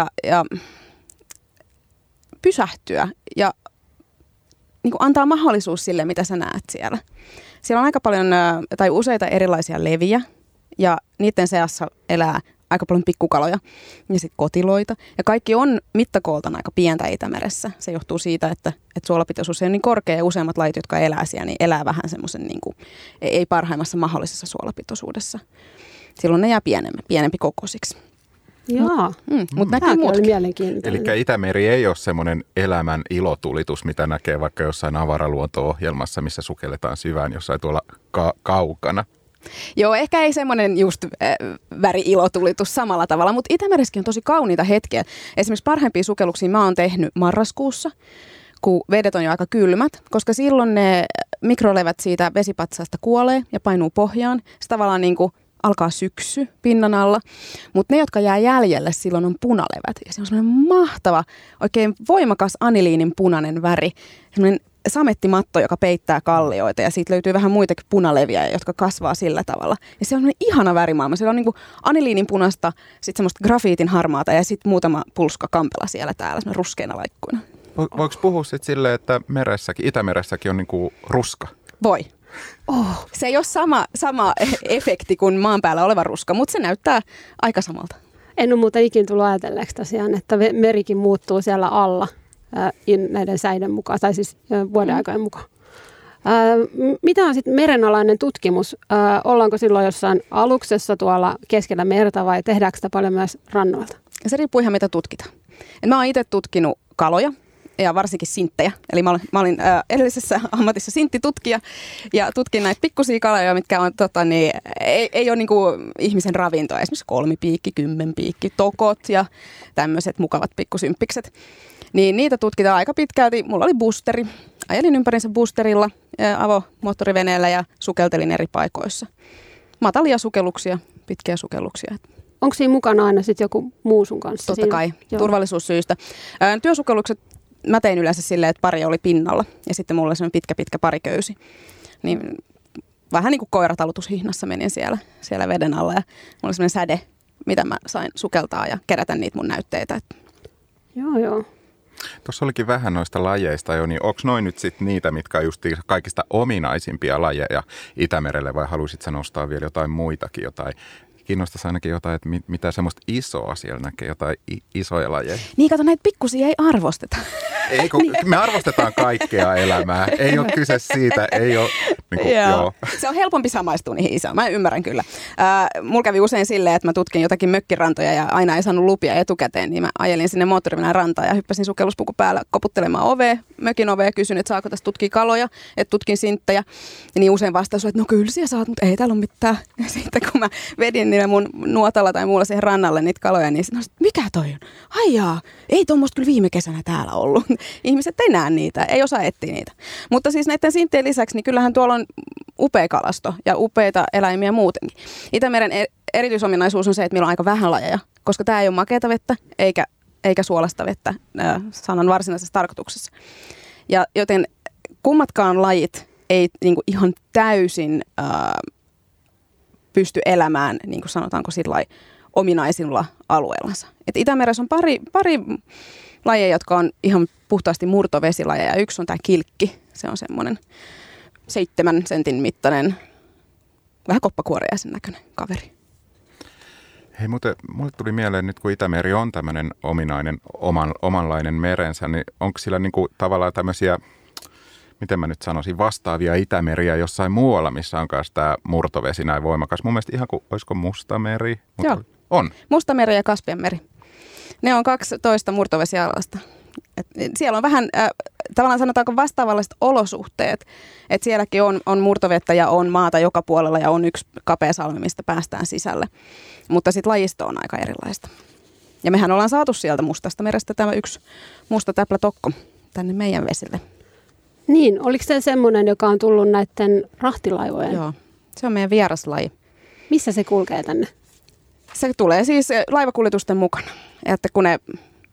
S3: pysähtyä ja niin kuin antaa mahdollisuus sille, mitä sä näet siellä. Siellä on aika paljon tai useita erilaisia leviä ja niiden seassa elää aika paljon pikkukaloja ja sitten kotiloita. Ja kaikki on mittakooltaan aika pientä Itämeressä. Se johtuu siitä, että suolapitoisuus on niin korkea ja useimmat lajit, jotka elää siellä, niin elää vähän semmoisen niin kuin, ei parhaimmassa mahdollisessa suolapitoisuudessa. Silloin ne jää pienempi kokoisiksi.
S1: Joo.
S3: Mutta näkyy muutkin.
S2: Eli Itämeri ei ole semmoinen elämän ilotulitus, mitä näkee vaikka jossain avaraluonto-ohjelmassa, missä sukelletaan syvään jossain tuolla kaukana.
S3: Joo, ehkä ei semmoinen just väri-ilotulitus samalla tavalla, mutta Itämeressäkin on tosi kauniita hetkiä. Esimerkiksi parhaimpia sukelluksia mä oon tehnyt marraskuussa, kun vedet on jo aika kylmät, koska silloin ne mikrolevät siitä vesipatsaasta kuolee ja painuu pohjaan. Se tavallaan niin kuin alkaa syksy pinnan alla, mutta ne, jotka jää jäljelle, silloin on punalevät. Ja se on semmoinen mahtava, oikein voimakas aniliinin punainen väri, semmoinen samettimatto, joka peittää kallioita ja siitä löytyy vähän muitakin punaleviä, jotka kasvaa sillä tavalla. Ja se on ihana värimaailma. Siellä on niin kuin aniliinin punasta, sitten semmoista grafiitin harmaata ja sitten muutama pulska kampela siellä täällä, semmoinen ruskeina laikkuina.
S2: Voiko puhua sitten silleen, että Itämeressäkin on niin kuin ruska?
S3: Voi. Se ei ole sama efekti kuin maan päällä oleva ruska, mutta se näyttää aika samalta.
S1: En ole muuten ikinä tullut ajatelleeksi tosiaan, että merikin muuttuu siellä alla näiden säiden mukaan, tai siis vuodenaikojen mukaan. Mitä on sitten merenalainen tutkimus? Ollaanko silloin jossain aluksessa tuolla keskellä merta vai tehdäänkö sitä paljon myös rannoilta?
S3: Se riippuu ihan mitä tutkitaan. Mä oon itse tutkinut kaloja ja varsinkin sinttejä. Eli mä olin edellisessä ammatissa sinttitutkija ja tutkin näitä pikkusia kaloja, mitkä on, ei ole niinku ihmisen ravintoa. Esimerkiksi 3-piikki, 10-piikki, tokot ja tämmöiset mukavat pikkusymppikset. Niin niitä tutkitaan aika pitkälti. Mulla oli boosteri. Ajelin ympärinsä boosterilla avomoottoriveneellä ja sukeltelin eri paikoissa. Matalia sukelluksia, pitkiä sukelluksia.
S1: Onko siinä mukana aina sitten joku muu sun kanssa?
S3: Totta kai, turvallisuussyistä. Työsukellukset mä tein yleensä silleen, että pari oli pinnalla ja sitten mulla oli semmoinen pitkä pariköysi. Niin vähän niin kuin koiratalutushihnassa menin siellä veden alla ja mulla oli semmoinen säde, mitä mä sain sukeltaa ja kerätä niitä mun näytteitä.
S1: Joo.
S2: Tuossa olikin vähän noista lajeista jo, niin onko noin nyt sitten niitä, mitkä on just kaikista ominaisimpia lajeja Itämerelle vai haluaisit sä nostaa vielä jotain muitakin, kiinnostaisi ainakin jotain, että mitä semmoista isoa siellä näkee, jotain isoja lajeja.
S3: Niin kato, näitä pikkusia ei arvosteta.
S2: Ei, kun me arvostetaan kaikkea elämää. Ei ole kyse siitä, ei ole. Joo.
S3: Se on helpompi samaistua niihin isoon, mä ymmärrän kyllä. Mulla kävi usein silleen, että mä tutkin jotakin mökkirantoja ja aina ei saanut lupia etukäteen, niin mä ajelin sinne moottoriveneen rantaan ja hyppäsin sukelluspuku päällä koputtelemaan mökin ovea ja kysyin, että saako tässä tutkia kaloja, että tutkin sinttejä. Ja niin usein vastaus oli, että no kyllä siellä saat, mutta ei täällä ole mitään. Ja sitten kun mä vedin niillä mun nuotalla tai muulla siihen rannalle niitä kaloja, niin sanoin, että mikä toi on? Ai jaa, ei tuommoista kyllä viime kesänä täällä ollut. Ihmiset ei näe niitä, ei osaa etsiä niitä. Mutta siis näiden sinttien lisäksi, niin kyllähän tuolla on upea kalasto ja upeita eläimiä muutenkin. Itämeren erityisominaisuus on se, että meillä on aika vähän lajeja, koska tämä ei ole makeata vettä eikä suolasta vettä sanan varsinaisessa tarkoituksessa. Ja joten kummatkaan lajit ei niinku ihan täysin pysty elämään, niin kuin sanotaanko sillai, ominaisilla alueellansa. Et Itämeressä on pari lajeja, jotka on ihan puhtaasti murtovesilajeja. Yksi on tämä kilkki. Se on semmoinen 7 sentin mittainen, vähän koppakuoriaisen näköinen kaveri.
S2: Hei, mulle tuli mieleen nyt, kun Itämeri on tämmöinen ominainen, omanlainen merensä, niin onko sillä niinku tavallaan tämmöisiä, miten mä nyt sanoisin, vastaavia Itämeriä jossain muualla, missä on kanssa tämä murtovesi näin voimakas? Mun mielestä ihan kuin, olisiko Mustameri?
S3: Joo.
S2: On.
S3: Mustameri ja Kaspianmeri. Ne on 12 murtovesialasta. Siellä on vähän, tavallaan sanotaanko vastaavalliset olosuhteet, että sielläkin on murtovettä ja on maata joka puolella ja on yksi kapea salmi, mistä päästään sisälle. Mutta sitten lajisto on aika erilaista. Ja mehän ollaan saatu sieltä Mustasta merestä tämä yksi musta täplätokko tänne meidän vesille.
S1: Niin, oliko se semmoinen, joka on tullut näiden rahtilaivojen?
S3: Joo, se on meidän vieraslaji.
S1: Missä se kulkee tänne?
S3: Se tulee siis laivakuljetusten mukana. Että kun ne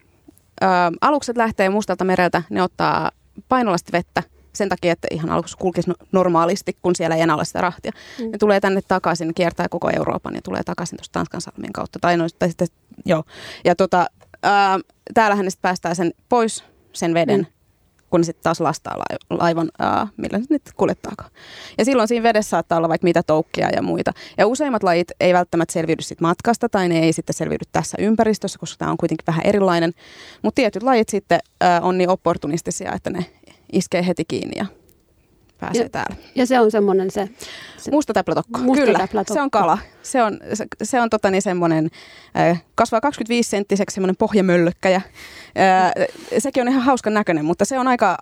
S3: alukset lähtee Mustalta mereltä, ne ottaa painolasti vettä sen takia, että ihan aluksi kulkisi normaalisti, kun siellä ei enää ole sitä rahtia. Ne tulee tänne takaisin, kiertää koko Euroopan ja tulee takaisin tuosta Tanskansalmien kautta. Tai sitten, joo. Ja täällähän ne sitten päästää sen pois, sen veden, kun ne sitten taas lastaa laivan, millä se nyt kuljettaakaan. Ja silloin siinä vedessä saattaa olla vaikka mitä toukkia ja muita. Ja useimmat lajit ei välttämättä selviydy sit matkasta tai ne ei sitten selviydy tässä ympäristössä, koska tämä on kuitenkin vähän erilainen. Mutta tietyt lajit sitten on niin opportunistisia, että ne iskee heti kiinni ja pääsee täällä.
S1: Ja se on semmoinen se
S3: musta täplätokko. Kyllä, se on kala. Se on semmoinen, kasvaa 25-senttiseksi semmoinen pohjamöllökkä. Sekin on ihan hauskan näköinen, mutta se on aika,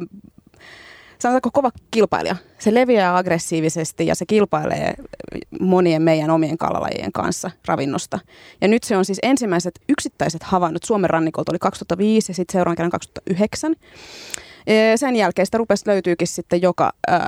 S3: sanotaanko kova kilpailija. Se leviää aggressiivisesti ja se kilpailee monien meidän omien kalalajien kanssa ravinnosta. Ja nyt se on siis ensimmäiset yksittäiset havainnot Suomen rannikolta oli 2005 ja sitten seuraavan kerran 2009. Sen jälkeen sitä löytyykin sitten joka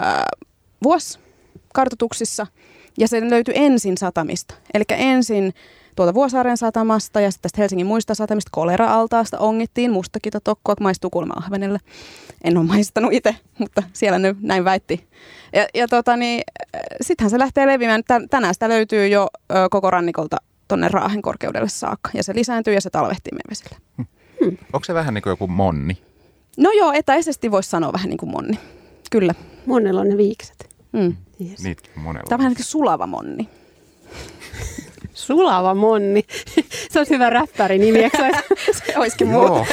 S3: vuosi kartoituksissa ja se löytyi ensin satamista. Eli ensin tuolta Vuosaaren satamasta ja sitten tästä Helsingin muista satamista Kolera-altaasta ongittiin mustakita tokkoa, maistuu kuulemma ahvenelle. En ole maistanut itse, mutta siellä ne näin väitti. Ja sittenhän se lähtee leviämään. Tänään sitä löytyy jo koko rannikolta tuonne Raahen korkeudelle saakka ja se lisääntyy ja se talvehtii meidän vesille.
S2: Onko se vähän niin kuin joku monni?
S3: No joo, etäisesti voisi sanoa vähän niin kuin monni. Kyllä.
S1: Monnella on ne viikset.
S2: Yes. Niitäkin monella.
S3: Tämä on vähän niin kuin sulava monni.
S1: Sulava monni. Se olisi hyvä räppärinimi, eikö
S3: se olisikin muu.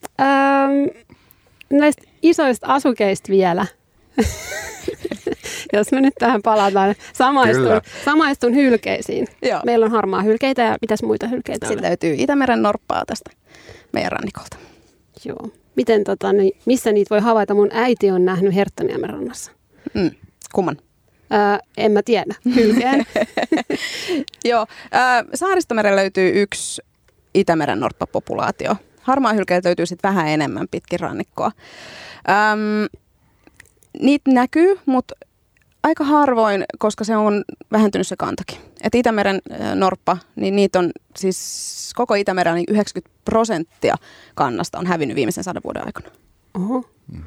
S1: Näistä isoista asukeista vielä. Jos me nyt tähän palataan, samaistun hylkeisiin.
S3: Joo.
S1: Meillä on harmaa hylkeitä ja mitäs muita hylkeitä on?
S3: Sitten löytyy Itämeren norppaa tästä meidän rannikolta.
S1: Joo. Miten, missä niitä voi havaita? Mun äiti on nähnyt Herttoniemen rannassa.
S3: Kumman?
S1: En mä tiedä. Hylkeen.
S3: Joo. Saaristomerellä löytyy yksi Itämeren norppapopulaatio. Harmaa hylkeitä löytyy sitten vähän enemmän pitkin rannikkoa. Niitä näkyy, mutta aika harvoin, koska se on vähentynyt se kantakin. Et Itämeren norppa, niin niitä on siis koko Itämerellä niin 90% kannasta on hävinnyt viimeisen 100 vuoden aikana.
S1: Oho.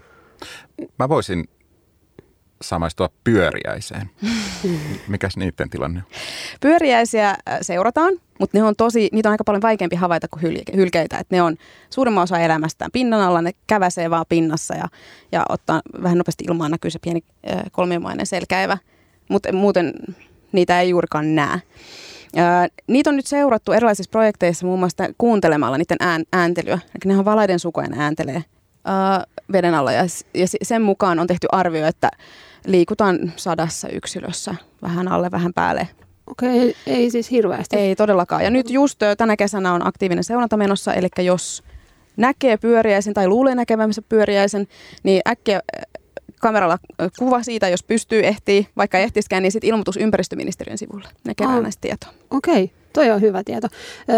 S2: Mä voisin samaistua pyöriäiseen. Mikäs niiden tilanne on?
S3: Pyöriäisiä seurataan, mutta niitä on aika paljon vaikeampi havaita kuin hylkeitä. Et ne on suurimman osa elämästään pinnan alla, ne käväsee vaan pinnassa ja ottaa vähän nopeasti ilmaan näkyy se pieni kolmiomainen selkäivä, mutta muuten niitä ei juurikaan näe. Niitä on nyt seurattu erilaisissa projekteissa muun muassa kuuntelemalla niiden ääntelyä. Eli nehän valaiden sukojen ääntelee veden alla ja sen mukaan on tehty arvio, että liikutaan 100 yksilössä, vähän alle, vähän päälle.
S1: Okei, ei siis hirveästi.
S3: Ei todellakaan. Ja nyt just tänä kesänä on aktiivinen seuranta menossa, eli jos näkee pyöriäisen tai luulee näkevänsä pyöriäisen, niin äkkiä kameralla kuva siitä, jos pystyy, ehtii, vaikka ehtiskään, niin sitten ilmoitus ympäristöministeriön sivulle. Ne kerää näistä tietoa.
S1: Okei, toi on hyvä tieto.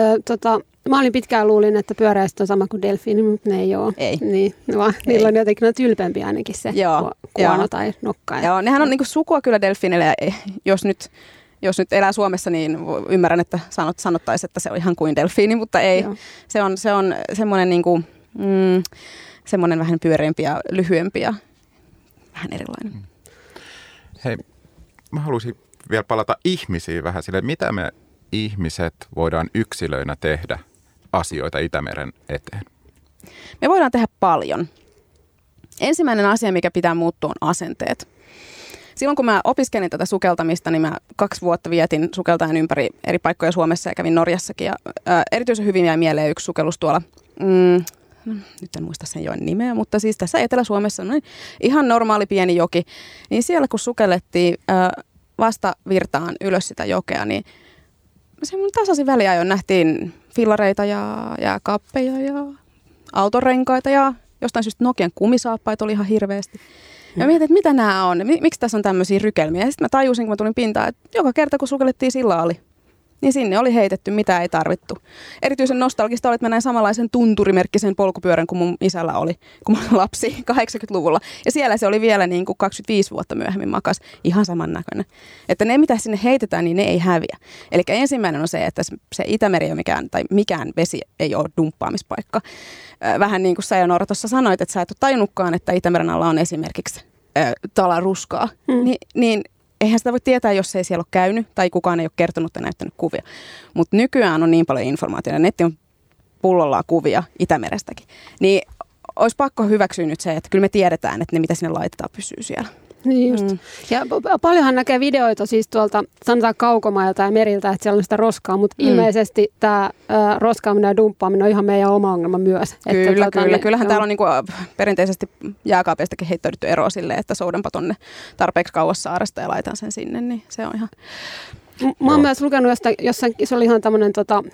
S1: Mä olin pitkään luulin, että pyöräiset on sama kuin delfiini, mutta ne ei ole.
S3: Ei.
S1: Niin, vaan niillä on jotenkin tylpempi ainakin se kuono tai nokka.
S3: Joo, nehän on niinku sukua kyllä delfiinille. Ja jos nyt elää Suomessa, niin ymmärrän, että sanottaisiin, että se on ihan kuin delfiini, mutta ei. Joo. Se on semmoinen niinku, semmoinen vähän pyöreämpi ja lyhyempi ja vähän erilainen.
S2: Hei, mä haluaisin vielä palata ihmisiin vähän sille, mitä me ihmiset voidaan yksilöinä tehdä asioita Itämeren eteen?
S3: Me voidaan tehdä paljon. Ensimmäinen asia, mikä pitää muuttua, on asenteet. Silloin kun mä opiskelin tätä sukeltamista, niin mä 2 vuotta vietin sukeltajan ympäri eri paikkoja Suomessa ja kävin Norjassakin. Ja, erityisen hyvin jäi mieleen yksi sukellus tuolla, nyt en muista sen joen nimeä, mutta siis tässä Etelä-Suomessa ihan normaali pieni joki. Niin siellä kun sukellettiin vastavirtaan ylös sitä jokea, niin semmoinen tasaisin väliajoin nähtiin fillareita ja jääkaappeja ja autorenkaita ja jostain syystä Nokian kumisaappaita oli ihan hirveästi. Ja mietin, että mitä nämä on, miksi tässä on tämmöisiä rykelmiä. Ja sitten mä tajusin, kun mä tulin pintaan, että joka kerta kun sukellettiin sillaali, niin sinne oli heitetty, mitä ei tarvittu. Erityisen nostalgista oli, että mä näin samanlaisen tunturimerkkisen polkupyörän kuin mun isällä oli, kun mä olin lapsi 80-luvulla. Ja siellä se oli vielä niin kuin 25 vuotta myöhemmin makas, ihan samannäköinen. Että ne, mitä sinne heitetään, niin ne ei häviä. Eli ensimmäinen on se, että se Itämeri ei ole mikään vesi ei ole dumppaamispaikka. Vähän niin kuin sä ja Noora tuossa sanoit, että sä et ole tajunnutkaan, että Itämeren alla on esimerkiksi talaruskaa. Niin eihän sitä voi tietää, jos ei siellä ole käynyt tai kukaan ei ole kertonut ja näyttänyt kuvia. Mutta nykyään on niin paljon informaatiota, netti on pullollaan kuvia Itämerestäkin. Niin olisi pakko hyväksyä nyt se, että kyllä me tiedetään, että ne mitä sinne laitetaan pysyy siellä.
S1: Niin just. Ja paljonhan näkee videoita siis tuolta sanotaan kaukomailta ja meriltä, että siellä on sitä roskaa, mutta ilmeisesti tämä roskaaminen ja dumppaaminen on ihan meidän oma ongelma myös.
S3: Kyllä. Kyllähän täällä on niinku perinteisesti jääkaapeistakin heittäydytty eroa silleen, että soudanpa tonne tarpeeksi kauas saaresta ja laitan sen sinne, niin se on ihan...
S1: Mä oon myös lukenut jossain, se oli ihan tämmöinen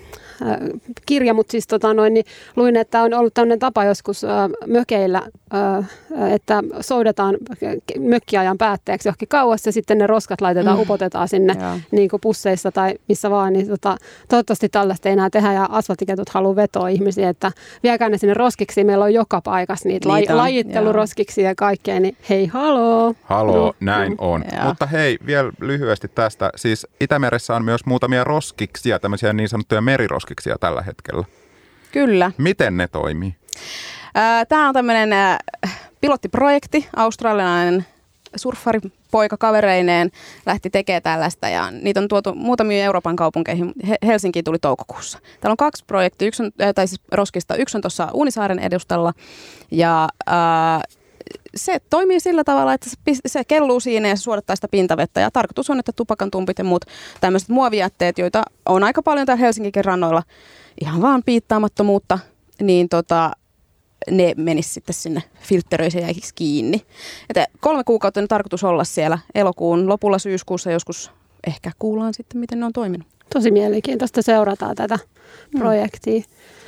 S1: kirja, mutta siis niin luin, että on ollut tämmöinen tapa joskus mökeillä, että soudetaan mökkiajan päätteeksi johonkin kauas ja sitten ne roskat laitetaan, upotetaan sinne niin kuin pusseissa tai missä vaan. Niin toivottavasti tällaista ei enää tehdä ja asfalttiketut haluaa vetoa ihmisiä, että viekää ne sinne roskiksi. Meillä on joka paikassa niitä lajitteluroskiksi ja kaikkea, niin hei haloo.
S2: Haloo, näin on. Mutta hei, vielä lyhyesti tästä. Siis Itämeressä on myös muutamia roskiksia, tämmöisiä niin sanottuja meriroskiksia tällä hetkellä.
S3: Kyllä.
S2: Miten ne toimii?
S3: Tämä on tämmöinen pilottiprojekti, australialainen surffaripoika kavereineen lähti tekemään tällaista ja niitä on tuotu muutamia Euroopan kaupunkeihin. Helsinkiin tuli toukokuussa. Täällä on 2 projektia, roskista. Yksi on tuossa Uunisaaren edustalla ja se toimii sillä tavalla, että se kelluu siinä ja se suodattaa sitä pintavettä. Ja tarkoitus on, että tupakantumpit ja muut tämmöiset muovijätteet, joita on aika paljon täällä Helsinkikin rannoilla, ihan vaan piittaamattomuutta, niin ne menisi sitten sinne filtteröisiin ja jäikisi kiinni. Että 3 kuukautta on tarkoitus olla siellä elokuun lopulla, syyskuussa joskus ehkä kuullaan sitten, miten ne on toiminut.
S1: Tosi mielenkiintoista seurataan tätä projektia.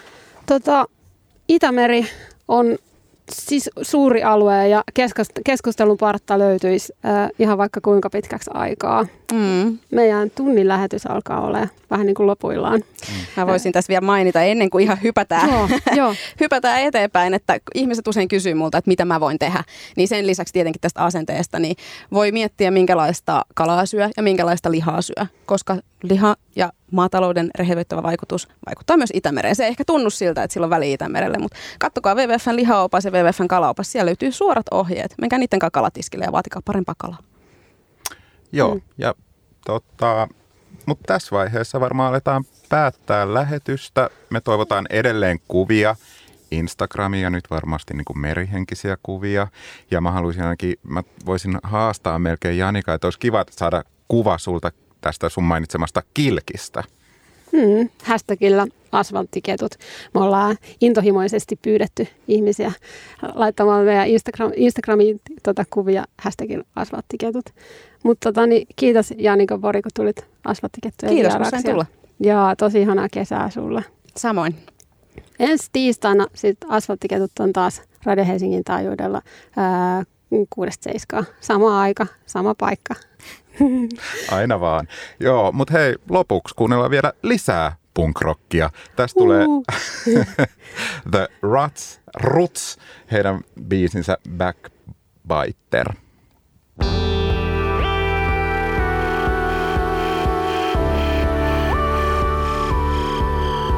S1: Itämeri on siis suuri alue ja keskustelun partta löytyisi ihan vaikka kuinka pitkäksi aikaa. Meidän tunnin lähetys alkaa olla vähän niin kuin lopuillaan.
S3: Mä voisin tässä vielä mainita ennen kuin ihan hypätään,
S1: Joo.
S3: hypätään eteenpäin, että ihmiset usein kysyy multa, että mitä mä voin tehdä. Niin sen lisäksi tietenkin tästä asenteesta niin voi miettiä, minkälaista kalaa syö ja minkälaista lihaa syö, koska liha ja maatalouden rehevöittävä vaikutus vaikuttaa myös Itämereen. Se ei ehkä tunnu siltä, että sillä on väliä Itämerelle, mutta katsokaa WWF:n lihaopas ja WWF:n kalaopas. Siellä löytyy suorat ohjeet. Menkää niiden kanssa kalatiskille ja vaatikaa parempaa kalaa.
S2: Joo, ja mutta tässä vaiheessa varmaan aletaan päättää lähetystä. Me toivotaan edelleen kuvia Instagramia, nyt varmasti niin kuin merihenkisiä kuvia. Ja mä voisin haastaa melkein Janika, että olisi kiva saada kuva sulta tästä sun mainitsemasta kilkistä.
S1: Hashtagilla asfalttiketut. Me ollaan intohimoisesti pyydetty ihmisiä laittamaan meidän Instagramiin kuvia hashtagilla asfalttiketut. Mutta kiitos Janika Pori, kun tulit asfalttikettujen
S3: vieraksi. Kiitos, kun sain tulla.
S1: Ja tosi ihanaa kesää sulle.
S3: Samoin.
S1: Ensi tiistaina sitten asfalttiketut on taas Radio Helsingin taajuudella 6-7. Sama aika, sama paikka.
S2: Aina vaan. Joo, mutta hei, lopuksi kuunnellaan vielä lisää punk-rockia. Tästä tulee The Roots, heidän biisinsä Backbiter.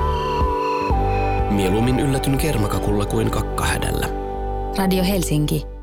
S4: Mieluummin yllätyn kermakakulla kuin kakkahädällä.
S5: Radio Helsinki.